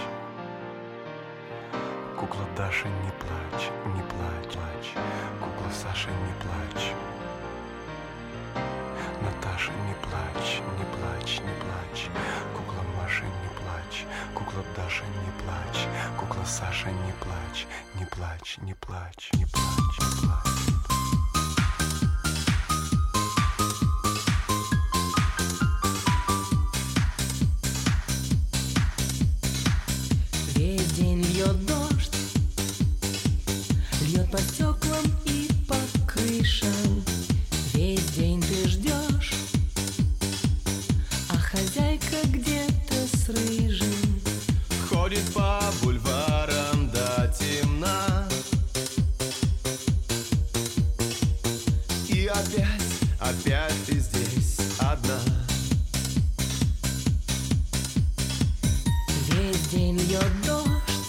S7: Кукла Даша, не плачь, не плачь, плачь. Кукла Саша, не плачь. Наташа, не плачь, не плачь, не плачь. Кукла Маша, не плачь. Кукла Даша, не плачь. Кукла Саша, не плачь, не плачь, не плачь, не плачь, не плачь.
S8: Весь день льет дождь, льет по стеклам и по крышам. Весь день ты ждешь, а хозяйка где-то с рыжим
S5: Ходит по бульварам до темна. И опять, опять ты здесь одна.
S8: Весь день льет дождь,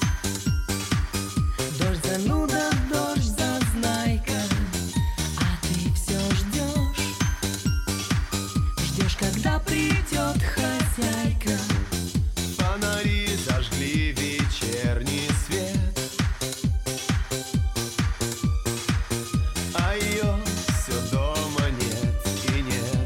S8: дождь зануда, дождь зазнайка, а ты все ждешь, ждешь, когда придет хозяйка.
S5: Фонари зажгли вечерний свет, а ее все дома нет и нет.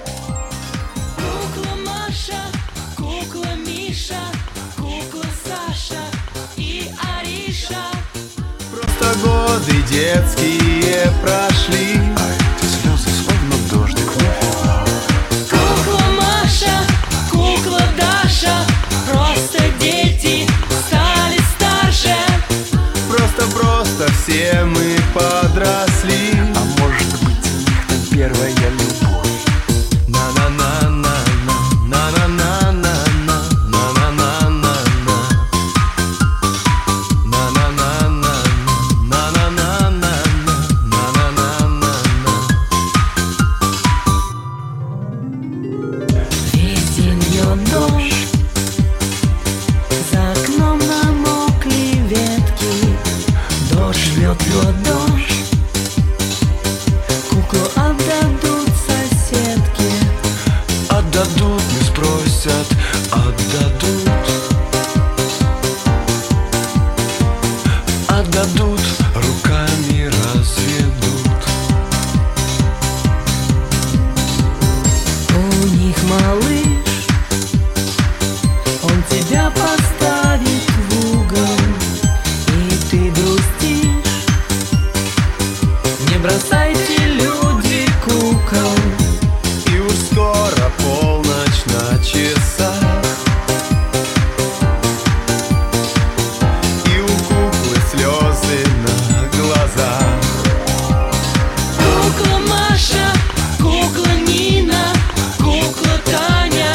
S8: Кукла Маша, кукла Миша, кукла Саша и Ариша.
S5: Просто годы детские прошли,
S7: А эти слезы словно дождик на финал.
S8: Кукла Маша, кукла Даша, просто дети стали старше.
S5: просто-просто все мы подросли.
S7: А может быть, у них там первая любовь.
S5: На-на-на-на-на, на-на-на-на-на, на-на-на-на-на, на-на-на-на, на-на-на-на, на-на-на-на.
S8: Весь день льет дождь, за окном намокли ветки. Дождь льет, льет дождь, куклу отдадут соседке.
S7: Отдадут, не спросят, отдадут. Отдадут, руками разведут.
S8: У них малыш, он тебя поставит в угол, и ты грустишь. Не бросайте, люди, кукол.
S5: И уж скоро полночь на часах, и у куклы слезы на глазах.
S8: Кукла Маша, кукла Нина, кукла Таня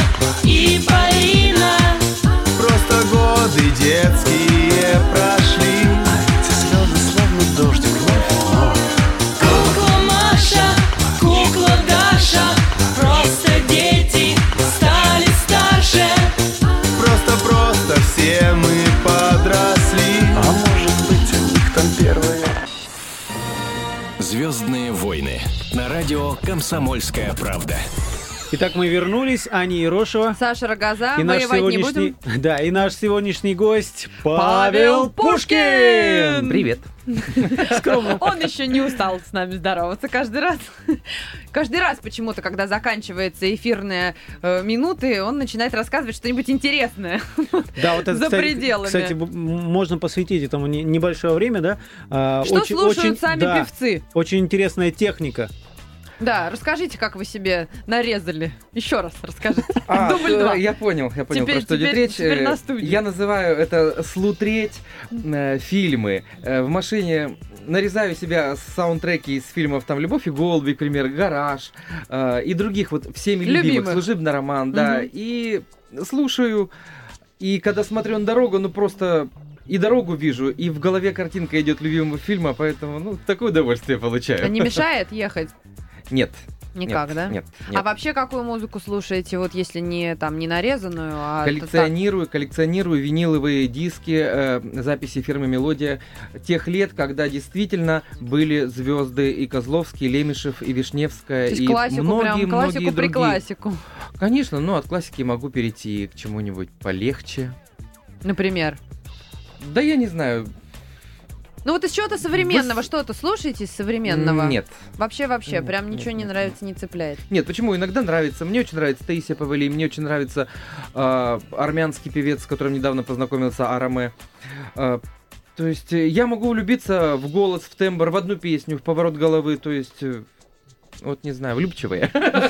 S1: «Комсомольская правда».
S2: Итак, мы вернулись. Аня Ерошева.
S3: Саша Рогоза,
S2: И наш
S3: воевать не
S2: сегодняшний,
S3: будем.
S2: да, и наш сегодняшний гость
S3: Павел
S2: Павел Пушкин.
S4: Привет.
S2: Скромно.
S3: Он еще не устал с нами здороваться каждый раз. Каждый раз почему-то, когда заканчивается эфирные э, минуты, он начинает рассказывать что-нибудь интересное.
S2: Да, вот это,
S3: За
S2: кстати,
S3: пределами.
S2: Кстати, б- можно посвятить этому не- небольшое время, да? А,
S3: Что
S2: очень-
S3: слушают
S2: очень-
S3: сами
S2: да,
S3: певцы?
S2: Очень интересная техника.
S3: Да, расскажите, как вы себе нарезали. Еще раз расскажите.
S4: А,
S3: Дубль
S4: э,
S3: два.
S4: я понял, я понял,
S3: Теперь-
S4: про что идет
S3: теперь-
S4: речь.
S3: теперь на
S4: Э,
S3: студии.
S4: Я называю это слутреть э, фильмы. Э, в машине нарезаю себя саундтреки из фильмов там «Любовь и голуби», к примеру, «Гараж» э, и других вот всеми любимых,
S3: Любимых.
S4: «Служебный роман», да,
S3: Мгм.
S4: и слушаю, и когда смотрю на дорогу, ну просто и дорогу вижу, и в голове картинка идет любимого фильма, поэтому, ну, такое удовольствие получаю.
S3: А не мешает ехать?
S4: Нет.
S3: Никак,
S4: нет,
S3: да?
S4: Нет,
S3: А
S4: нет.
S3: вообще какую музыку слушаете, вот если не там не нарезанную, а это так?
S4: Коллекционирую, коллекционирую виниловые диски, э, записи фирмы «Мелодия» тех лет, когда действительно были звезды и Козловский, и Лемешев, и Вишневская,
S3: То есть
S4: и
S3: классику,
S4: многие,
S3: прям
S4: многие
S3: классику при
S4: другие.
S3: классику.
S4: Конечно, ну от классики могу перейти к чему-нибудь полегче.
S3: Например.
S4: Да я не знаю.
S3: Ну вот из чего-то современного,
S4: Вы с-
S3: что-то слушаете из современного?
S4: Нет.
S3: Вообще, вообще,
S4: Нет,
S3: прям
S4: нет,
S3: ничего не
S4: нет,
S3: нравится, не цепляет.
S4: Нет, почему? Иногда нравится. Мне очень нравится Таисия Повалий, мне очень нравится э, армянский певец, с которым недавно познакомился, Араме. Э, то есть э, я могу влюбиться в голос, в тембр, в одну песню, в поворот головы, то есть... э, вот не знаю, влюбчивые.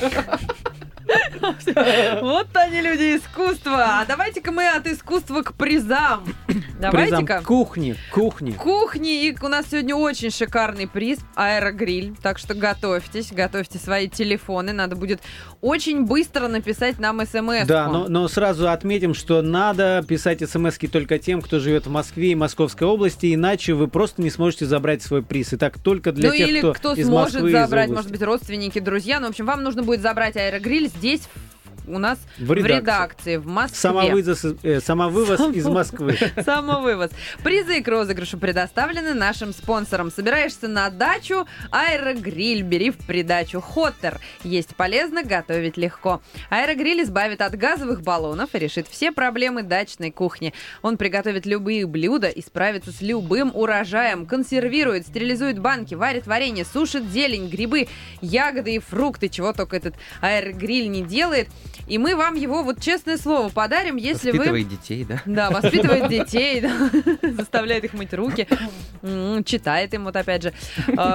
S3: Вот они, люди искусства. А давайте-ка мы от искусства к призам.
S2: Призам
S3: Давайте-ка.
S2: кухни, кухни.
S3: Кухни, и у нас сегодня очень шикарный приз — аэрогриль, так что готовьтесь, готовьте свои телефоны, надо будет очень быстро написать нам смс.
S2: Да, но, но сразу отметим, что надо писать смски только тем, кто живет в Москве и Московской области, иначе вы просто не сможете забрать свой приз. Итак, только для
S3: Ну
S2: тех,
S3: или
S2: кто,
S3: кто
S2: из
S3: сможет
S2: Москвы и из
S3: забрать,
S2: области.
S3: может быть, родственники, друзья. Ну, в общем, вам нужно будет забрать аэрогриль здесь, у нас
S2: В
S3: в
S2: редакции.
S3: редакции, в Москве.
S2: Самовывоз, из- э, самовывоз
S3: Само-
S2: из Москвы.
S3: Самовывоз. Призы к розыгрышу предоставлены нашим спонсорам. Собираешься на дачу? Аэрогриль бери в придачу. Хоттер. Есть полезно, готовить легко. Аэрогриль избавит от газовых баллонов и решит все проблемы дачной кухни. Он приготовит любые блюда и справится с любым урожаем. Консервирует, стерилизует банки, варит варенье, сушит зелень, грибы, ягоды и фрукты. Чего только этот аэрогриль не делает. И мы вам его, вот честное слово, подарим, если вы...
S4: Воспитывай детей, да?
S3: Да, воспитывает детей, да, заставляет их мыть руки, м, читает им, вот опять же.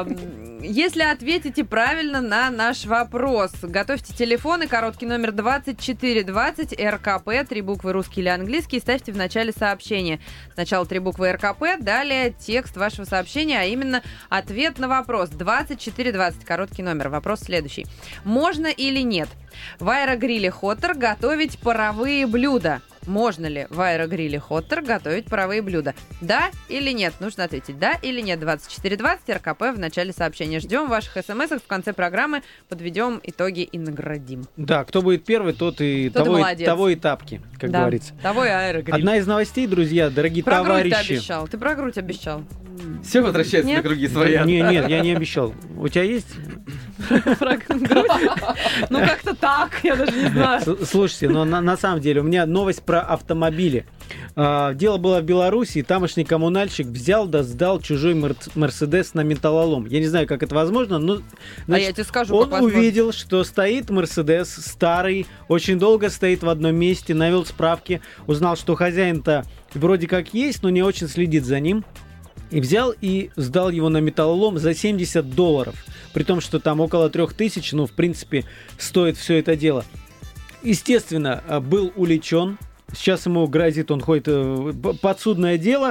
S3: Ам, Если ответите правильно на наш вопрос, готовьте телефоны, короткий номер двадцать четыре двадцать, РКП, три буквы русский или английский, ставьте в начале сообщения. Сначала три буквы РКП, далее текст вашего сообщения, а именно ответ на вопрос. двадцать четыре двадцать, короткий номер. Вопрос следующий. Можно или нет в аэрогриле Хоттер готовить паровые блюда? Можно ли в аэрогриле Хоттер готовить паровые блюда? Да или нет? Нужно ответить да или нет. двадцать четыре двадцать, РКП в начале сообщения. Ждем ваших смс, в конце программы подведем итоги и наградим.
S2: Да, кто будет первый, тот и
S3: Тот и
S2: того, и,
S3: молодец.
S2: того и тапки, как
S3: Да,
S2: говорится.
S3: того и аэрогриль.
S2: Одна из новостей, друзья, дорогие
S3: Про грудь ты
S2: товарищи.
S3: обещал. Ты про грудь обещал.
S4: Все возвращается
S3: Нет?
S4: на круги своя.
S2: Не, нет, я не обещал. У тебя есть?
S3: Про грудь? Ну как-то так, я даже не знаю.
S2: С- Слушайте, но на, на самом деле у меня новость про автомобили. А, дело было в Беларуси, тамошний коммунальщик взял да сдал чужой мерц- Мерседес на металлолом. Я не знаю, как это возможно, но
S3: А
S2: значит,
S3: я тебе скажу,
S2: он
S3: как возможно.
S2: увидел, что стоит Мерседес старый, очень долго стоит в одном месте, навел справки, узнал, что хозяин-то вроде как есть, но не очень следит за ним. И взял и сдал его на металлолом за семьдесят долларов. При том, что там около трех тысяч, ну, в принципе, стоит все это дело. Естественно, был уличен. Сейчас ему грозит, он ходит э, п- подсудное дело,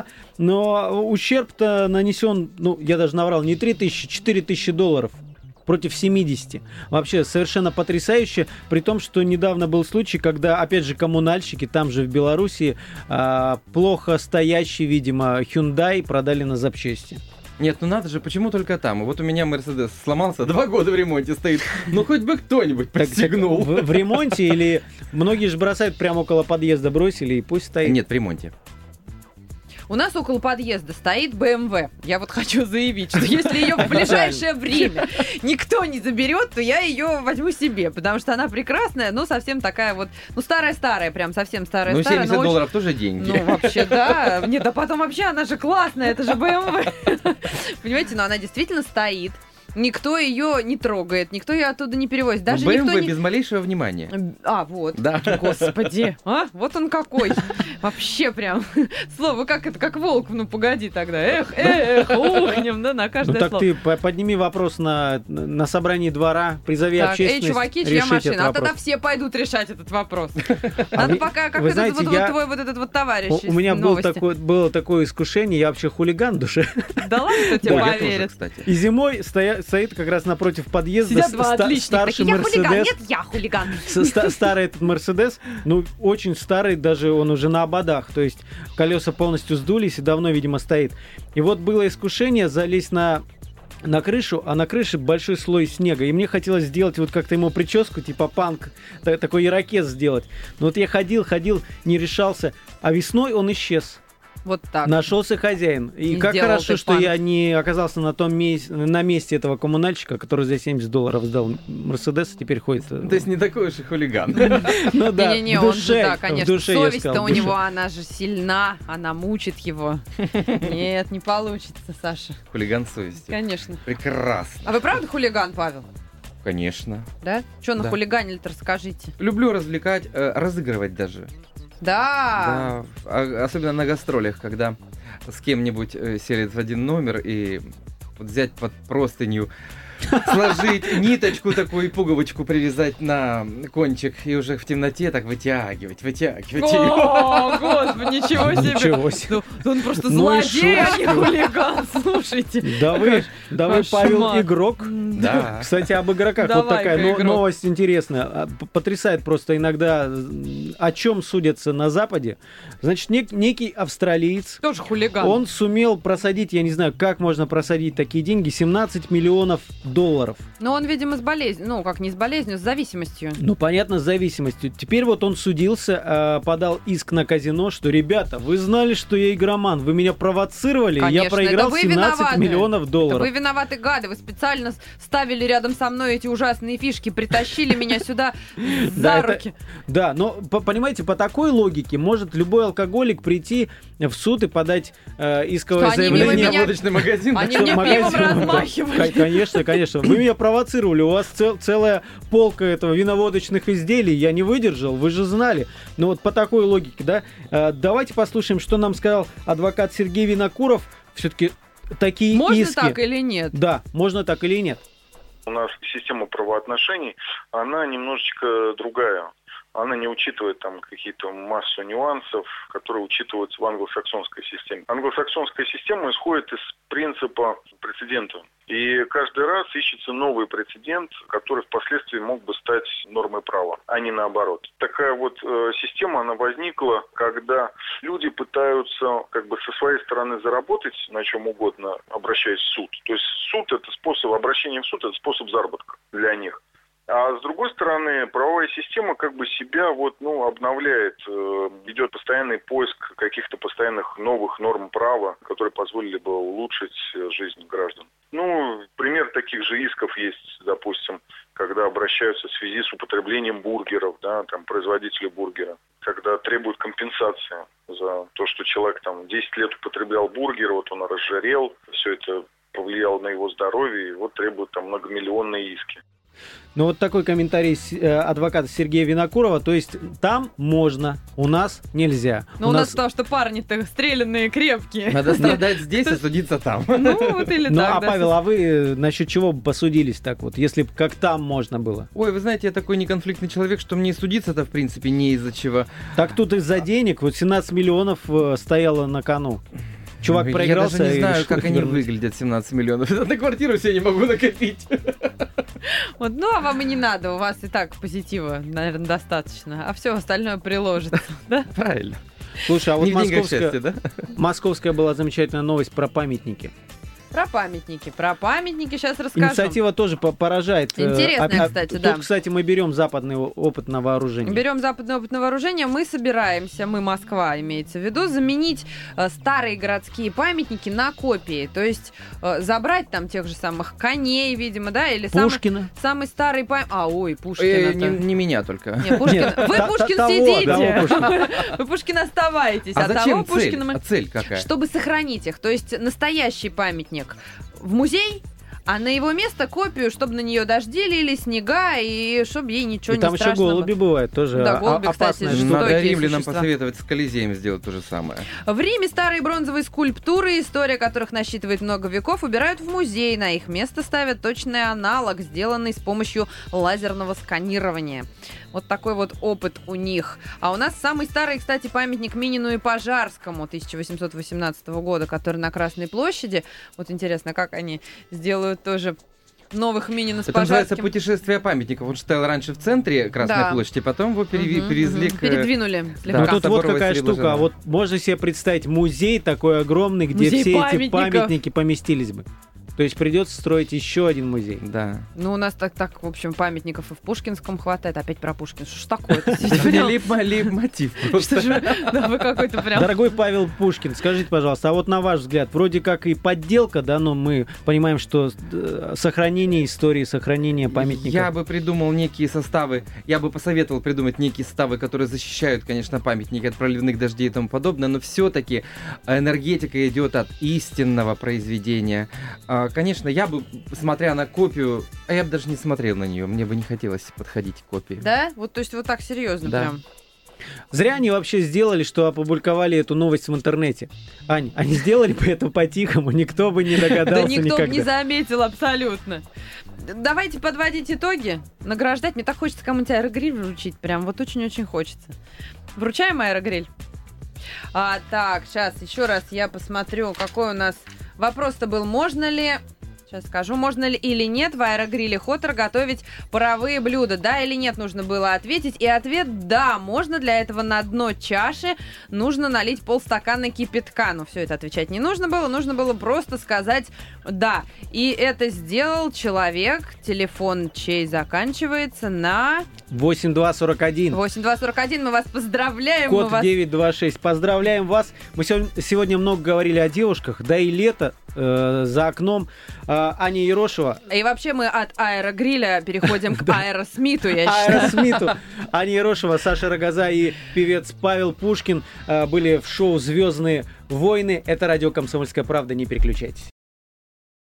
S2: но ущерб-то нанесен, ну, я даже наврал, не три тысячи, четыре тысячи долларов против семидесяти. Вообще совершенно потрясающе, при том, что недавно был случай, когда, опять же, коммунальщики, там же в Беларуси, а, плохо стоящий, видимо, Hyundai продали на запчасти.
S4: Нет, ну надо же, почему только там? Вот у меня Мерседес сломался, два года в ремонте стоит. Ну хоть бы кто-нибудь
S2: Так, так
S4: подстегнул.
S2: в, в ремонте или многие же бросают прямо около подъезда, бросили и пусть стоит.
S4: Нет, в ремонте.
S3: У нас около подъезда стоит бэ эм вэ. Я вот хочу заявить, что если ее в ближайшее время никто не заберет, то я ее возьму себе, потому что она прекрасная, но совсем такая вот, ну, старая-старая, прям совсем
S4: Ну,
S3: старая-старая.
S4: семьдесят
S3: но очень-
S4: долларов тоже деньги.
S3: Ну, вообще, да. Нет, а потом вообще она же классная, это же бэ эм вэ. Понимаете, но она действительно стоит. Никто ее не трогает, никто ее оттуда не перевозит. Даже
S4: бэ эм
S3: никто
S4: вэ
S3: не...
S4: без малейшего внимания.
S3: А, вот.
S4: Да.
S3: Господи, а? Вот он какой. Вообще прям. Слово, как это, как волк, ну погоди тогда. Эх, эх, ухнем, да, на
S2: Ну
S3: каждое
S2: так
S3: слово.
S2: ты по- подними вопрос на, на собрании двора, призови
S3: Так, эй,
S2: общественность
S3: чуваки, чья
S2: решить
S3: машина?
S2: этот
S3: А тогда
S2: вопрос.
S3: все пойдут решать этот вопрос. Надо
S2: вы-
S3: пока, как
S2: вы
S3: этот
S2: знаете,
S3: вот,
S2: я-
S3: вот твой вот этот вот товарищ
S2: У,
S3: из
S2: у меня был
S3: новости.
S2: такой, было такое искушение, я вообще хулиган в душе.
S3: Да ладно, кто тебе
S4: Да, я тоже,
S3: поверит?
S4: кстати.
S2: И зимой стоя- стоит как раз напротив подъезда
S3: Сидят
S2: с-
S3: два
S2: ста-
S3: отличника,
S2: старший
S3: такие, я хулиган,
S2: Мерседес.
S3: нет, я хулиган.
S2: С- ста- Старый этот Мерседес, ну, очень старый, даже он уже на ободах, то есть колеса полностью сдулись и давно, видимо, стоит. И вот было искушение залезть на на крышу, а на крыше большой слой снега. И мне хотелось сделать вот как-то ему прическу, типа панк, та- такой ирокез сделать. Но вот я ходил, ходил, не решался, а весной он исчез.
S3: Вот так.
S2: Нашелся хозяин. И
S3: И
S2: как
S3: сделал
S2: хорошо,
S3: ты
S2: что
S3: панк.
S2: я не оказался на том месте, на месте этого коммунальщика, который за семьдесят долларов сдал Мерседес, и теперь ходит. э,
S4: То есть не такой уж и хулиган.
S2: Ну да,
S3: Не-не-не,
S2: в
S3: он же,
S2: душе,
S3: да,
S2: в
S3: конечно,
S2: душе, я
S3: совесть-то
S2: сказал,
S3: у
S2: в душе.
S3: него, она же сильна, она мучит его. Нет, не получится, Саша.
S4: Хулиган совести.
S3: Конечно.
S4: Прекрасно.
S3: А вы правда хулиган, Павел?
S4: Конечно.
S3: Да? Что на
S4: Да.
S3: хулиганили-то, расскажите.
S4: Люблю развлекать, э, разыгрывать даже.
S3: Да.
S4: Да, а- особенно на гастролях, когда с кем-нибудь э, селят в один номер и вот взять под простыню, сложить ниточку такую и пуговочку привязать на кончик и уже в темноте так вытягивать, вытягивать ее.
S3: О, господи, ничего себе.
S2: Ничего себе.
S3: Ну, да он просто
S2: Ну и
S3: злодей, а не
S2: шутки.
S3: хулиган, слушайте.
S2: Да вы, да вы,
S3: кошмар.
S2: Павел, игрок.
S4: Да.
S2: Кстати, об игроках. Вот
S3: Давай-ка,
S2: такая но-
S3: игрок.
S2: новость интересная. А, п- Потрясает просто иногда, м, о чем судятся на Западе. Значит, нек- некий австралиец,
S3: Тоже хулиган.
S2: он сумел просадить, я не знаю, как можно просадить такие деньги, семнадцать миллионов долларов.
S3: Ну, он, видимо, с болезнью, ну, как не с болезнью, с зависимостью.
S2: Ну, понятно, с зависимостью. Теперь вот он судился, э, подал иск на казино, что, ребята, вы знали, что я игроман, вы меня провоцировали,
S3: Конечно,
S2: я проиграл
S3: это вы
S2: семнадцать
S3: виноваты.
S2: миллионов
S3: Это
S2: долларов.
S3: вы виноваты, гады, вы специально с- ставили рядом со мной эти ужасные фишки, притащили меня сюда за
S2: Да, это-
S3: руки.
S2: Да, но по- понимаете, по такой логике может любой алкоголик прийти в суд и подать э, исковое
S3: Что они мимо
S2: заявление.
S3: меня-
S4: Водочный магазин.
S3: Они
S2: Что,
S3: мне
S2: магазин?
S3: пивом размахивали.
S2: К- Конечно, конечно. Вы меня провоцировали. У вас цел- целая полка этого виноводочных изделий. Я не выдержал. Вы же знали. Ну вот по такой логике, да. Э, Давайте послушаем, что нам сказал адвокат Сергей Винокуров. Все-таки такие
S3: Можно
S2: иски.
S3: так или нет?
S2: Да, можно так или нет.
S9: У нас система правоотношений, она немножечко другая. Она не учитывает там какие-то массу нюансов, которые учитываются в англосаксонской системе. Англосаксонская система исходит из принципа прецедента. И каждый раз ищется новый прецедент, который впоследствии мог бы стать нормой права, а не наоборот. Такая вот э, система, она возникла, когда люди пытаются как бы со своей стороны заработать на чем угодно, обращаясь в суд. То есть суд – это способ, обращение в суд – это способ заработка для них. А с другой стороны, правовая система как бы себя вот, ну, обновляет, э, идет постоянный поиск каких-то постоянных новых норм права, которые позволили бы улучшить э, жизнь граждан. Ну, пример таких же исков есть, допустим, когда обращаются в связи с употреблением бургеров, да, там, производители бургера, когда требуют компенсации за то, что человек там десять лет употреблял бургер, вот он разжирел, все это повлияло на его здоровье, и вот требуют там многомиллионные иски.
S2: Ну вот такой комментарий с- э, адвоката Сергея Винокурова. То есть там можно, у нас нельзя.
S3: Ну, у нас потому что парни-то стрелянные, крепкие.
S4: Надо страдать здесь, а судиться там.
S3: Ну, вот или
S2: Ну,
S3: так,
S2: а
S3: да.
S2: Павел, а вы э, насчет чего бы посудились так вот, если бы как там можно было?
S4: Ой, вы знаете, я такой неконфликтный человек, что мне и судиться-то, в принципе, не из-за чего.
S2: Так тут из-за денег, вот семнадцать миллионов э, стояло на кону. Чувак
S4: Я
S2: проигрался.
S4: даже не
S2: и
S4: знаю,
S2: решил
S4: как они
S2: вернуть.
S4: выглядят, семнадцать миллионов. На квартиру себе не могу накопить.
S3: Вот, ну, а вам и не надо, у вас и так позитива, наверное, достаточно, а все остальное приложится, да?
S4: Правильно.
S2: Слушай, а вот
S4: Не в деньгах
S2: московская,
S4: счастье, да?
S2: московская была замечательная новость про памятники.
S3: Про памятники. Про памятники сейчас расскажу.
S2: Инициатива тоже по- поражает. Э,
S3: Интересная,
S2: а- а
S3: кстати,
S2: тут,
S3: да.
S2: кстати, мы берем западный о- опыт на вооружение.
S3: Берем западный опыт на вооружение, мы собираемся, мы, Москва, имеется в виду, заменить э, старые городские памятники на копии. То есть э, забрать там тех же самых коней, видимо, да, или самый,
S2: Пушкина.
S3: самый старый памятник. А, ой,
S4: Э,
S3: Пушкина.
S4: не, не меня только.
S3: Не, Пушкин.
S2: Нет,
S3: Вы
S2: та-
S3: Пушкин
S2: того,
S3: сидите.
S2: того Пушкина.
S3: Вы Пушкин оставайтесь.
S4: А
S3: а
S4: зачем
S3: того
S4: цель?
S3: Пушкина мы...
S4: А цель какая?
S3: Чтобы сохранить их. То есть настоящий памятник в музей, а на его место копию, чтобы на нее дожди лили, снега, и чтобы ей ничего
S2: И
S3: не
S2: там еще
S3: страшно
S2: голуби
S3: было.
S2: бывают, тоже
S3: Да,
S2: а-
S3: голуби, кстати,
S2: опасная
S3: жестокие
S2: штука.
S4: Надо римлянам
S3: существа.
S4: посоветовать с Колизеем сделать то же самое.
S3: В Риме старые бронзовые скульптуры, история которых насчитывает много веков, убирают в музей. На их место ставят точный аналог, сделанный с помощью лазерного сканирования. Вот такой вот опыт у них. А у нас самый старый, кстати, памятник Минину и Пожарскому тысяча восемьсот восемнадцатого года, который на Красной площади. Вот интересно, как они сделают тоже новых Минина с
S4: Это называется
S3: Пожарским.
S4: путешествие памятников. Он стоял раньше в центре Красной
S3: Да.
S4: площади, потом его переви-
S3: Мгм,
S4: перевезли
S3: мгм.
S4: к...
S3: Передвинули
S2: Ну
S3: слегка.
S4: Да,
S2: тут вот
S4: Соборовой
S2: какая
S4: Среды
S2: штука.
S4: Блаженного.
S2: Вот можно себе представить музей такой огромный, где
S3: Музей
S2: все эти
S3: памятников.
S2: памятники поместились бы. То есть придется строить еще один музей.
S4: Да.
S3: Ну, у нас так, так, в общем, памятников и в Пушкинском хватает. Опять про Пушкин. Что ж такое-то?
S4: Это не лейб-мотив.
S3: Что же, да, вы какой-то прям...
S2: Дорогой Павел Пушкин, скажите, пожалуйста, а вот на ваш взгляд, вроде как и подделка, да, но мы понимаем, что э, сохранение истории, сохранение памятников.
S4: Я бы придумал некие составы, я бы посоветовал придумать некие составы, которые защищают, конечно, памятники от проливных дождей и тому подобное, но все-таки энергетика идет от истинного произведения. А, Конечно, я бы, смотря на копию, а я бы даже не смотрел на нее, мне бы не хотелось подходить к копии.
S3: Да? Вот, то есть вот так серьезно
S4: Да.
S3: прям.
S2: Зря они вообще сделали, что опубликовали эту новость в интернете. Ань, они сделали бы это по-тихому, никто бы не догадался
S3: Да никто бы
S2: никогда.
S3: не заметил абсолютно. Давайте подводить итоги, награждать. Мне так хочется кому-нибудь аэрогриль вручить, прям вот очень-очень хочется. Вручаем аэрогриль? А, так, сейчас еще раз я посмотрю, какой у нас вопрос-то был. Можно ли, сейчас скажу, можно ли или нет в аэрогриле Хотер готовить паровые блюда? Да или нет, нужно было ответить. И ответ да, можно. Для этого на дно чаши нужно налить полстакана кипятка. Но все это отвечать не нужно было. Нужно было просто сказать да. И это сделал человек, телефон чей заканчивается на
S2: восемь два сорок один.
S3: восемь два сорок один. Мы вас поздравляем. мы
S2: Код
S3: вас...
S2: девять два шесть. Поздравляем вас. Мы сегодня, сегодня много говорили о девушках, да и лето э, за окном. Э, Аня Ерошева.
S3: И вообще мы от аэрогриля переходим к аэросмиту, я считаю.
S2: Аэросмиту. Аня Ерошева, Саша Рогоза и певец Павел Пушкин э, были в шоу «Звездные войны». Это радио «Комсомольская правда». Не переключайтесь.